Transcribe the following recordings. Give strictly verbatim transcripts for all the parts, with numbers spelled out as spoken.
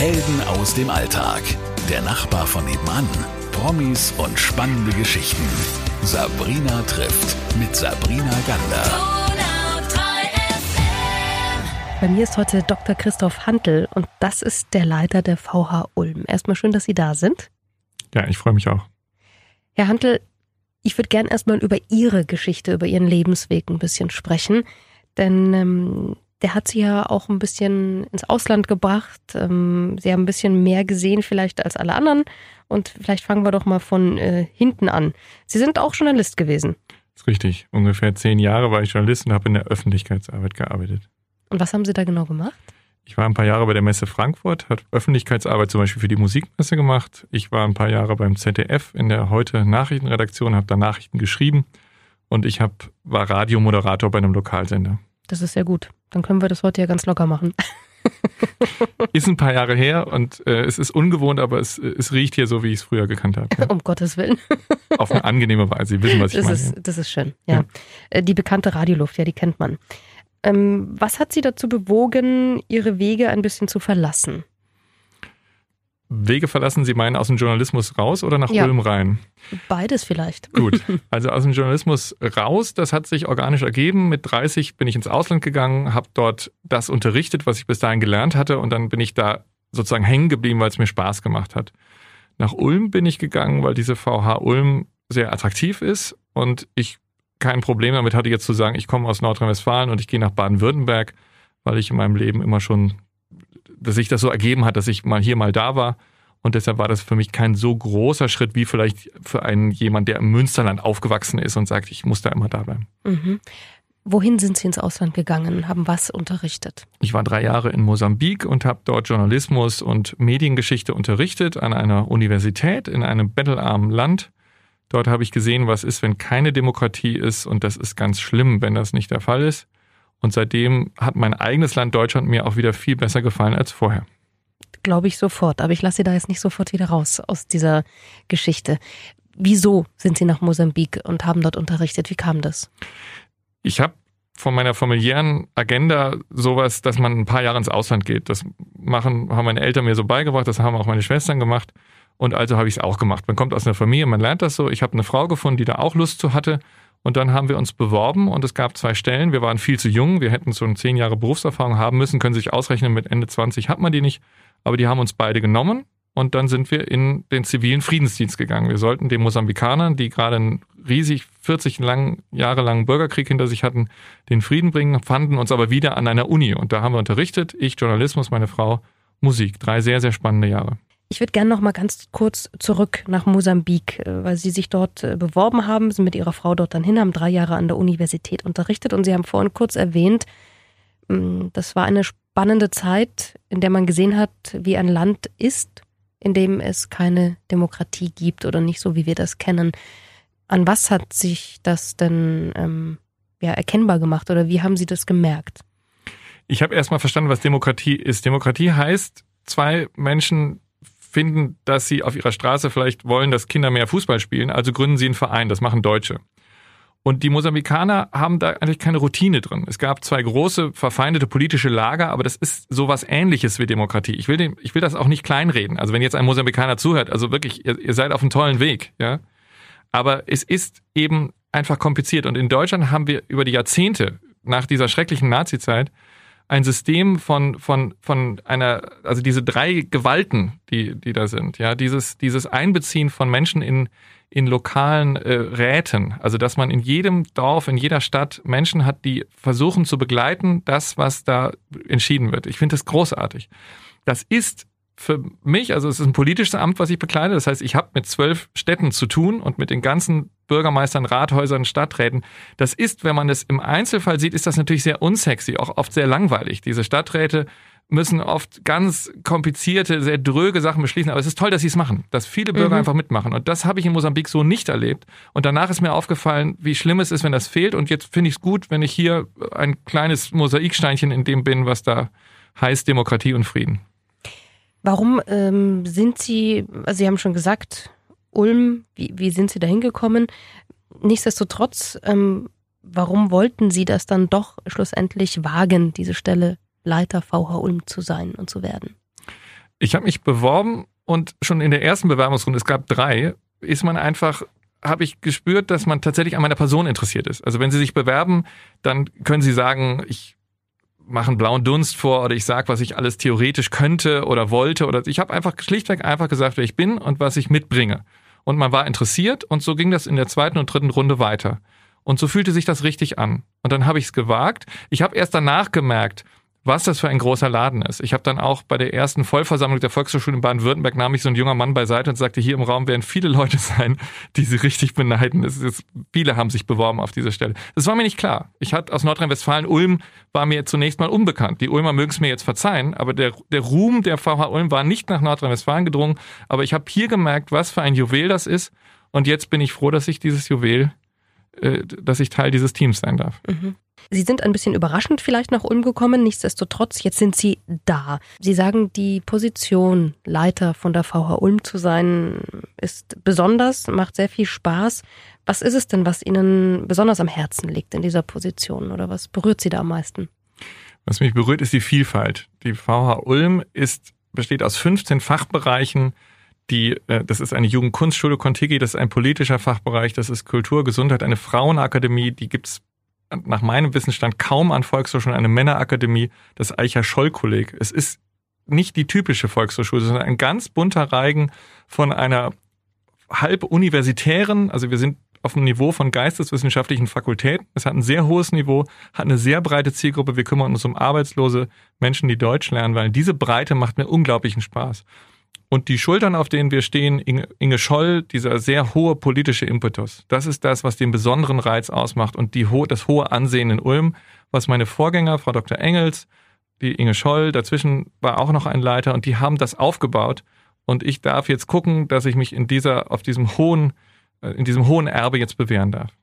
Helden aus dem Alltag. Der Nachbar von nebenan. Promis und spannende Geschichten. Sabrina trifft mit Sabrina Gander. Bei mir ist heute Doktor Christoph Hantl und das ist der Leiter der V H Ulm. Erstmal schön, dass Sie da sind. Ja, ich freue mich auch. Herr Hantl, ich würde gern erstmal über Ihre Geschichte, über Ihren Lebensweg ein bisschen sprechen, denn ähm, der hat Sie ja auch ein bisschen ins Ausland gebracht. Ähm, Sie haben ein bisschen mehr gesehen vielleicht als alle anderen und vielleicht fangen wir doch mal von äh, hinten an. Sie sind auch Journalist gewesen. Das ist richtig. Ungefähr zehn Jahre war ich Journalist und habe in der Öffentlichkeitsarbeit gearbeitet. Und was haben Sie da genau gemacht? Ich war ein paar Jahre bei der Messe Frankfurt, habe Öffentlichkeitsarbeit zum Beispiel für die Musikmesse gemacht. Ich war ein paar Jahre beim Z D F in der Heute Nachrichtenredaktion, habe da Nachrichten geschrieben und ich hab, war Radiomoderator bei einem Lokalsender. Das ist sehr gut. Dann können wir das heute ja ganz locker machen. Ist ein paar Jahre her und äh, es ist ungewohnt, aber es, es riecht hier so, wie ich es früher gekannt habe. Ja. Um Gottes Willen. Auf eine angenehme Weise. Sie wissen, was ich das meine. Ist, das ist schön, ja. ja. Die bekannte Radioluft, ja, die kennt man. Ähm, was hat Sie dazu bewogen, Ihre Wege ein bisschen zu verlassen? Wege verlassen, Sie meinen aus dem Journalismus raus oder nach ja. Ulm rein? Beides vielleicht. Gut, also aus dem Journalismus raus, das hat sich organisch ergeben. Mit dreißig bin ich ins Ausland gegangen, habe dort das unterrichtet, was ich bis dahin gelernt hatte und dann bin ich da sozusagen hängen geblieben, weil es mir Spaß gemacht hat. Nach Ulm bin ich gegangen, weil diese V H Ulm sehr attraktiv ist und ich kein Problem damit hatte, jetzt zu sagen, ich komme aus Nordrhein-Westfalen und ich gehe nach Baden-Württemberg, weil ich in meinem Leben immer schon, dass sich das so ergeben hat, dass ich mal hier, mal da war. Und deshalb war das für mich kein so großer Schritt wie vielleicht für einen jemand, der im Münsterland aufgewachsen ist und sagt, ich muss da immer da bleiben. Mhm. Wohin sind Sie ins Ausland gegangen, haben was unterrichtet? Ich war drei Jahre in Mosambik und habe dort Journalismus und Mediengeschichte unterrichtet an einer Universität in einem bettelarmen Land. Dort habe ich gesehen, was ist, wenn keine Demokratie ist und das ist ganz schlimm, wenn das nicht der Fall ist. Und seitdem hat mein eigenes Land Deutschland mir auch wieder viel besser gefallen als vorher. Glaube ich sofort, aber ich lasse Sie da jetzt nicht sofort wieder raus aus dieser Geschichte. Wieso sind Sie nach Mosambik und haben dort unterrichtet? Wie kam das? Ich habe von meiner familiären Agenda sowas, dass man ein paar Jahre ins Ausland geht. Das machen, haben meine Eltern mir so beigebracht, das haben auch meine Schwestern gemacht. Und also habe ich es auch gemacht. Man kommt aus einer Familie, man lernt das so. Ich habe eine Frau gefunden, die da auch Lust zu hatte. Und dann haben wir uns beworben und es gab zwei Stellen. Wir waren viel zu jung. Wir hätten schon zehn Jahre Berufserfahrung haben müssen. Können sich ausrechnen, mit Ende zwanzig hat man die nicht. Aber die haben uns beide genommen. Und dann sind wir in den zivilen Friedensdienst gegangen. Wir sollten den Mosambikanern, die gerade einen riesig vierzig lang, Jahre langen Bürgerkrieg hinter sich hatten, den Frieden bringen, fanden uns aber wieder an einer Uni. Und da haben wir unterrichtet. Ich Journalismus, meine Frau Musik. Drei sehr, sehr spannende Jahre. Ich würde gerne noch mal ganz kurz zurück nach Mosambik, weil Sie sich dort beworben haben, sind mit Ihrer Frau dort dann hin, haben drei Jahre an der Universität unterrichtet und Sie haben vorhin kurz erwähnt, das war eine spannende Zeit, in der man gesehen hat, wie ein Land ist, in dem es keine Demokratie gibt oder nicht so, wie wir das kennen. An was hat sich das denn ähm, ja, erkennbar gemacht oder wie haben Sie das gemerkt? Ich habe erst mal verstanden, was Demokratie ist. Demokratie heißt, zwei Menschen finden, dass sie auf ihrer Straße vielleicht wollen, dass Kinder mehr Fußball spielen, also gründen sie einen Verein, das machen Deutsche. Und die Mosambikaner haben da eigentlich keine Routine drin. Es gab zwei große, verfeindete politische Lager, aber das ist sowas Ähnliches wie Demokratie. Ich will, den, ich will das auch nicht kleinreden. Also wenn jetzt ein Mosambikaner zuhört, also wirklich, ihr, ihr seid auf einem tollen Weg, ja. Aber es ist eben einfach kompliziert. Und in Deutschland haben wir über die Jahrzehnte nach dieser schrecklichen Nazizeit ein System von, von, von einer, also diese drei Gewalten, die, die da sind, ja, dieses, dieses Einbeziehen von Menschen in, in lokalen äh, Räten, also dass man in jedem Dorf, in jeder Stadt Menschen hat, die versuchen zu begleiten, das, was da entschieden wird. Ich finde das großartig. Das ist für mich, also es ist ein politisches Amt, was ich bekleide. Das heißt, ich habe mit zwölf Städten zu tun und mit den ganzen Bürgermeistern, Rathäusern, Stadträten. Das ist, wenn man das im Einzelfall sieht, ist das natürlich sehr unsexy, auch oft sehr langweilig. Diese Stadträte müssen oft ganz komplizierte, sehr dröge Sachen beschließen. Aber es ist toll, dass sie es machen, dass viele Bürger mhm. einfach mitmachen. Und das habe ich in Mosambik so nicht erlebt. Und danach ist mir aufgefallen, wie schlimm es ist, wenn das fehlt. Und jetzt finde ich es gut, wenn ich hier ein kleines Mosaiksteinchen in dem bin, was da heißt Demokratie und Frieden. Warum ähm, sind Sie, also Sie haben schon gesagt, Ulm, wie, wie sind Sie da hingekommen? Nichtsdestotrotz, ähm, warum wollten Sie das dann doch schlussendlich wagen, diese Stelle Leiter V H Ulm zu sein und zu werden? Ich habe mich beworben und schon in der ersten Bewerbungsrunde, es gab drei, ist man einfach, habe ich gespürt, dass man tatsächlich an meiner Person interessiert ist. Also wenn Sie sich bewerben, dann können Sie sagen, ich mache einen blauen Dunst vor oder ich sage, was ich alles theoretisch könnte oder wollte. Oder ich habe einfach schlichtweg einfach gesagt, wer ich bin und was ich mitbringe. Und man war interessiert und so ging das in der zweiten und dritten Runde weiter. Und so fühlte sich das richtig an. Und dann habe ich es gewagt. Ich habe erst danach gemerkt, was das für ein großer Laden ist. Ich habe dann auch bei der ersten Vollversammlung der Volkshochschule in Baden-Württemberg nahm mich so ein junger Mann beiseite und sagte, hier im Raum werden viele Leute sein, die sie richtig beneiden. Es ist, viele haben sich beworben auf diese Stelle. Das war mir nicht klar. Ich hatte aus Nordrhein-Westfalen, Ulm war mir zunächst mal unbekannt. Die Ulmer mögen es mir jetzt verzeihen, aber der, der Ruhm der V H Ulm war nicht nach Nordrhein-Westfalen gedrungen. Aber ich habe hier gemerkt, was für ein Juwel das ist. Und jetzt bin ich froh, dass ich dieses Juwel, äh, dass ich Teil dieses Teams sein darf. Mhm. Sie sind ein bisschen überraschend vielleicht nach Ulm gekommen, nichtsdestotrotz, jetzt sind Sie da. Sie sagen, die Position, Leiter von der V H Ulm zu sein, ist besonders, macht sehr viel Spaß. Was ist es denn, was Ihnen besonders am Herzen liegt in dieser Position oder was berührt Sie da am meisten? Was mich berührt, ist die Vielfalt. Die V H Ulm ist, besteht aus fünfzehn Fachbereichen. Die, das ist eine Jugendkunstschule Contigi, das ist ein politischer Fachbereich, das ist Kultur, Gesundheit, eine Frauenakademie, die gibt's nach meinem Wissensstand kaum an Volkshochschulen, eine Männerakademie, das Eicher-Scholl-Kolleg. Es ist nicht die typische Volkshochschule, sondern ein ganz bunter Reigen von einer halb universitären, also wir sind auf dem Niveau von geisteswissenschaftlichen Fakultäten. Es hat ein sehr hohes Niveau, hat eine sehr breite Zielgruppe. Wir kümmern uns um arbeitslose Menschen, die Deutsch lernen, weil diese Breite macht mir unglaublichen Spaß. Und die Schultern, auf denen wir stehen, Inge, Inge Scholl, dieser sehr hohe politische Impetus, das ist das, was den besonderen Reiz ausmacht und die, das hohe Ansehen in Ulm, was meine Vorgänger, Frau Doktor Engels, die Inge Scholl, dazwischen war auch noch ein Leiter und die haben das aufgebaut und ich darf jetzt gucken, dass ich mich in dieser, auf diesem hohen, in diesem hohen Erbe jetzt bewähren darf.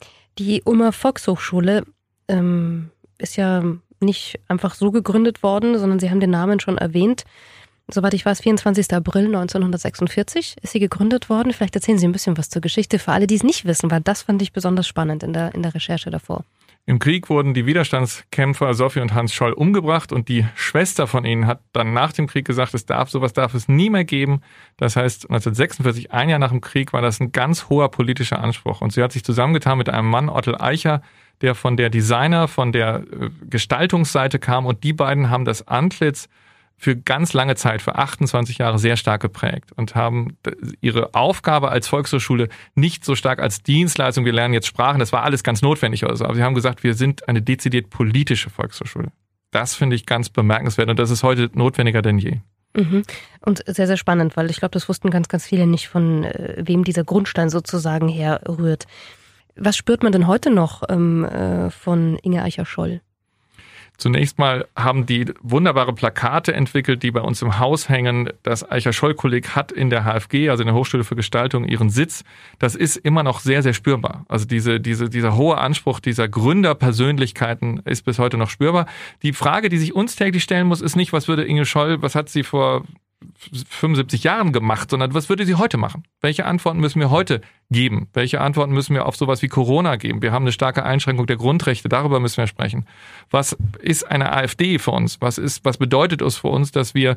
Die Ulmer Volkshochschule ähm, ist ja nicht einfach so gegründet worden, sondern Sie haben den Namen schon erwähnt. Soweit ich weiß, vierundzwanzigster April neunzehnhundertsechsundvierzig ist sie gegründet worden. Vielleicht erzählen Sie ein bisschen was zur Geschichte für alle, die es nicht wissen, weil das fand ich besonders spannend in der, in der Recherche davor. Im Krieg wurden die Widerstandskämpfer Sophie und Hans Scholl umgebracht und die Schwester von ihnen hat dann nach dem Krieg gesagt, es darf, sowas darf es nie mehr geben. Das heißt, neunzehnhundertsechsundvierzig, ein Jahr nach dem Krieg, war das ein ganz hoher politischer Anspruch. Und sie hat sich zusammengetan mit einem Mann, Ottel Eicher, der von der Designer, von der Gestaltungsseite kam und die beiden haben das Antlitz für ganz lange Zeit, für achtundzwanzig Jahre sehr stark geprägt und haben ihre Aufgabe als Volkshochschule nicht so stark als Dienstleistung, wir lernen jetzt Sprachen, das war alles ganz notwendig oder so, aber sie haben gesagt, wir sind eine dezidiert politische Volkshochschule. Das finde ich ganz bemerkenswert und das ist heute notwendiger denn je. Mhm. Und sehr, sehr spannend, weil ich glaube, das wussten ganz, ganz viele nicht, von äh, wem dieser Grundstein sozusagen herrührt. Was spürt man denn heute noch ähm, äh, von Inge Eicher-Scholl? Zunächst mal haben die wunderbare Plakate entwickelt, die bei uns im Haus hängen. Das Eicher-Scholl-Kolleg hat in der H F G, also in der Hochschule für Gestaltung, ihren Sitz. Das ist immer noch sehr, sehr spürbar. Also diese, diese, dieser hohe Anspruch dieser Gründerpersönlichkeiten ist bis heute noch spürbar. Die Frage, die sich uns täglich stellen muss, ist nicht, was würde Inge Scholl, was hat sie vor fünfundsiebzig Jahren gemacht, sondern was würde sie heute machen? Welche Antworten müssen wir heute geben? Welche Antworten müssen wir auf sowas wie Corona geben? Wir haben eine starke Einschränkung der Grundrechte, darüber müssen wir sprechen. Was ist eine AfD für uns? Was ist, was bedeutet es für uns, dass wir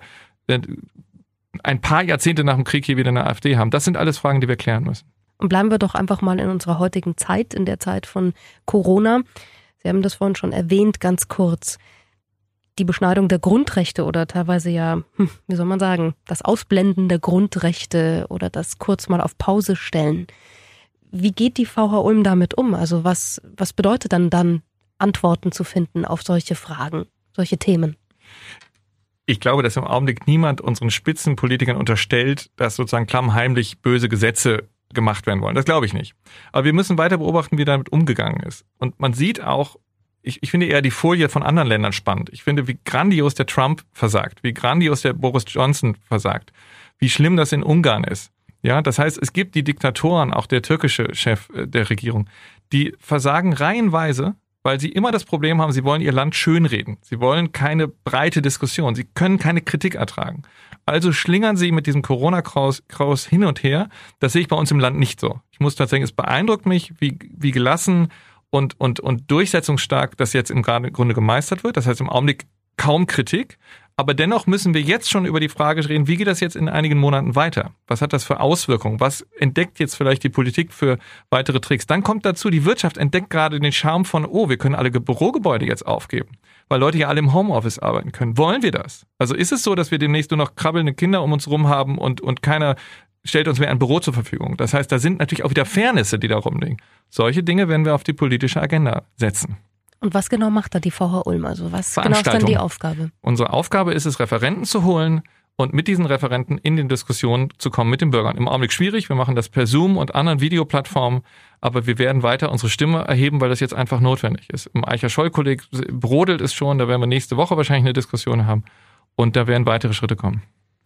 ein paar Jahrzehnte nach dem Krieg hier wieder eine AfD haben? Das sind alles Fragen, die wir klären müssen. Und bleiben wir doch einfach mal in unserer heutigen Zeit, in der Zeit von Corona. Sie haben das vorhin schon erwähnt, ganz kurz. Die Beschneidung der Grundrechte oder teilweise ja, hm, wie soll man sagen, das Ausblenden der Grundrechte oder das kurz mal auf Pause stellen. Wie geht die V H Ulm damit um? Also was, was bedeutet dann dann, Antworten zu finden auf solche Fragen, solche Themen? Ich glaube, dass im Augenblick niemand unseren Spitzenpolitikern unterstellt, dass sozusagen klammheimlich böse Gesetze gemacht werden wollen. Das glaube ich nicht. Aber wir müssen weiter beobachten, wie damit umgegangen ist. Und man sieht auch, Ich, ich finde eher die Folie von anderen Ländern spannend. Ich finde, wie grandios der Trump versagt, wie grandios der Boris Johnson versagt, wie schlimm das in Ungarn ist. Ja, das heißt, es gibt die Diktatoren, auch der türkische Chef der Regierung, die versagen reihenweise, weil sie immer das Problem haben, sie wollen ihr Land schönreden. Sie wollen keine breite Diskussion. Sie können keine Kritik ertragen. Also schlingern sie mit diesem Corona-Kraus hin und her. Das sehe ich bei uns im Land nicht so. Ich muss tatsächlich, es beeindruckt mich, wie, wie gelassen und, und, und durchsetzungsstark das jetzt im Grunde gemeistert wird. Das heißt, im Augenblick kaum Kritik. Aber dennoch müssen wir jetzt schon über die Frage reden, wie geht das jetzt in einigen Monaten weiter? Was hat das für Auswirkungen? Was entdeckt jetzt vielleicht die Politik für weitere Tricks? Dann kommt dazu, die Wirtschaft entdeckt gerade den Charme von, oh, wir können alle Bürogebäude jetzt aufgeben, weil Leute ja alle im Homeoffice arbeiten können. Wollen wir das? Also ist es so, dass wir demnächst nur noch krabbelnde Kinder um uns rum haben und, und keiner stellt uns mehr ein Büro zur Verfügung? Das heißt, da sind natürlich auch wieder Fairnisse, die da rumliegen. Solche Dinge werden wir auf die politische Agenda setzen. Und was genau macht da die V H Ulm? Also was genau ist dann die Aufgabe? Unsere Aufgabe ist es, Referenten zu holen und mit diesen Referenten in den Diskussionen zu kommen mit den Bürgern. Im Augenblick schwierig, wir machen das per Zoom und anderen Videoplattformen, aber wir werden weiter unsere Stimme erheben, weil das jetzt einfach notwendig ist. Im Eicher-Scheuer-Kolleg brodelt es schon, da werden wir nächste Woche wahrscheinlich eine Diskussion haben und da werden weitere Schritte kommen.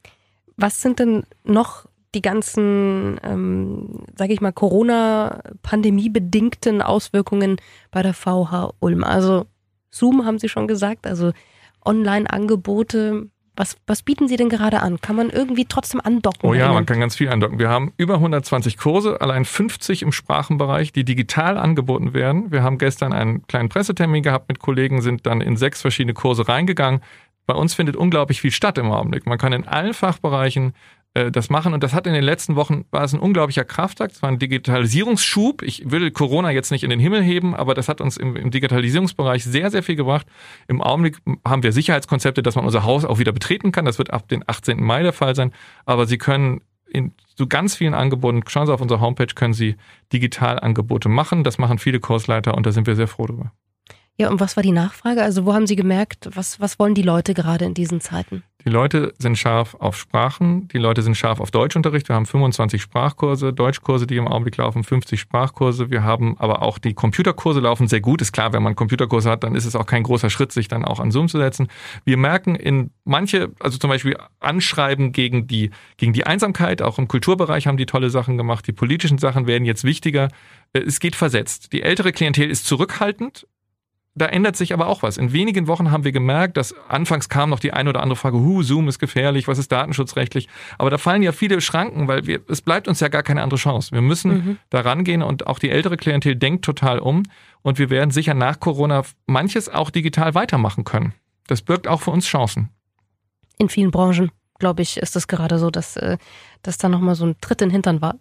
Was sind denn noch die ganzen, ähm, sage ich mal, Corona-Pandemie-bedingten Auswirkungen bei der V H Ulm? Also Zoom haben Sie schon gesagt, also Online-Angebote. Was, was bieten Sie denn gerade an? Kann man irgendwie trotzdem andocken? Oh ja, man kann ganz viel andocken. Wir haben über hundertzwanzig Kurse, allein fünfzig im Sprachenbereich, die digital angeboten werden. Wir haben gestern einen kleinen Pressetermin gehabt mit Kollegen, sind dann in sechs verschiedene Kurse reingegangen. Bei uns findet unglaublich viel statt im Augenblick. Man kann in allen Fachbereichen das machen und das hat in den letzten Wochen, war es ein unglaublicher Kraftakt, es war ein Digitalisierungsschub. Ich will Corona jetzt nicht in den Himmel heben, aber das hat uns im, im Digitalisierungsbereich sehr, sehr viel gebracht. Im Augenblick haben wir Sicherheitskonzepte, dass man unser Haus auch wieder betreten kann. Das wird ab dem achtzehnten Mai der Fall sein, aber Sie können in so ganz vielen Angeboten, schauen Sie auf unserer Homepage, können Sie digital Angebote machen. Das machen viele Kursleiter und da sind wir sehr froh drüber. Ja, und was war die Nachfrage? Also wo haben Sie gemerkt, was, was wollen die Leute gerade in diesen Zeiten? Die Leute sind scharf auf Sprachen, die Leute sind scharf auf Deutschunterricht. Wir haben fünfundzwanzig Sprachkurse, Deutschkurse, die im Augenblick laufen, fünfzig Sprachkurse. Wir haben aber auch die Computerkurse laufen sehr gut. Ist klar, wenn man Computerkurse hat, dann ist es auch kein großer Schritt, sich dann auch an Zoom zu setzen. Wir merken in manche, also zum Beispiel Anschreiben gegen die, gegen die Einsamkeit, auch im Kulturbereich haben die tolle Sachen gemacht. Die politischen Sachen werden jetzt wichtiger. Es geht versetzt. Die ältere Klientel ist zurückhaltend. Da ändert sich aber auch was. In wenigen Wochen haben wir gemerkt, dass anfangs kam noch die eine oder andere Frage, hu, Zoom ist gefährlich, was ist datenschutzrechtlich? Aber da fallen ja viele Schranken, weil wir, es bleibt uns ja gar keine andere Chance. Wir müssen mhm. da rangehen und auch die ältere Klientel denkt total um und wir werden sicher nach Corona manches auch digital weitermachen können. Das birgt auch für uns Chancen. In vielen Branchen, glaube ich, ist es gerade so, dass, dass da nochmal so ein Tritt in den Hintern war.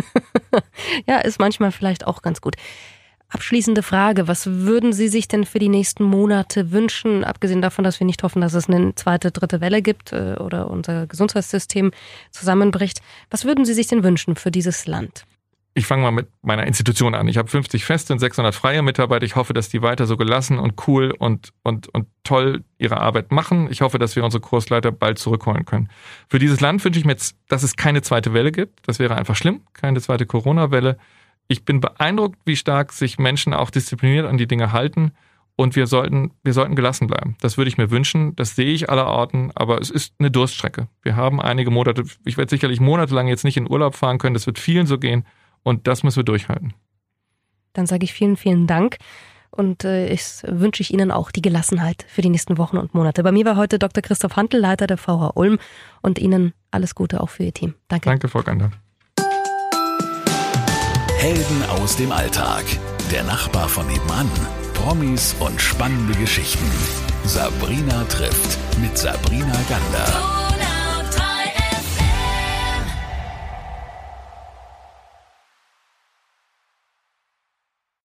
Ja, ist manchmal vielleicht auch ganz gut. Abschließende Frage, was würden Sie sich denn für die nächsten Monate wünschen, abgesehen davon, dass wir nicht hoffen, dass es eine zweite, dritte Welle gibt äh, oder unser Gesundheitssystem zusammenbricht. Was würden Sie sich denn wünschen für dieses Land? Ich fange mal mit meiner Institution an. Ich habe fünfzig feste und sechshundert freie Mitarbeiter. Ich hoffe, dass die weiter so gelassen und cool und, und, und toll ihre Arbeit machen. Ich hoffe, dass wir unsere Kursleiter bald zurückholen können. Für dieses Land wünsche ich mir jetzt, dass es keine zweite Welle gibt. Das wäre einfach schlimm, keine zweite Corona-Welle. Ich bin beeindruckt, wie stark sich Menschen auch diszipliniert an die Dinge halten und wir sollten, wir sollten gelassen bleiben. Das würde ich mir wünschen, das sehe ich allerorten, aber es ist eine Durststrecke. Wir haben einige Monate, ich werde sicherlich monatelang jetzt nicht in Urlaub fahren können, das wird vielen so gehen und das müssen wir durchhalten. Dann sage ich vielen, vielen Dank und äh, ich wünsche ich Ihnen auch die Gelassenheit für die nächsten Wochen und Monate. Bei mir war heute Doktor Christoph Hantl, Leiter der V H Ulm und Ihnen alles Gute auch für Ihr Team. Danke. Danke, Frau Gander. Helden aus dem Alltag. Der Nachbar von nebenan. Promis und spannende Geschichten. Sabrina trifft mit Sabrina Gander.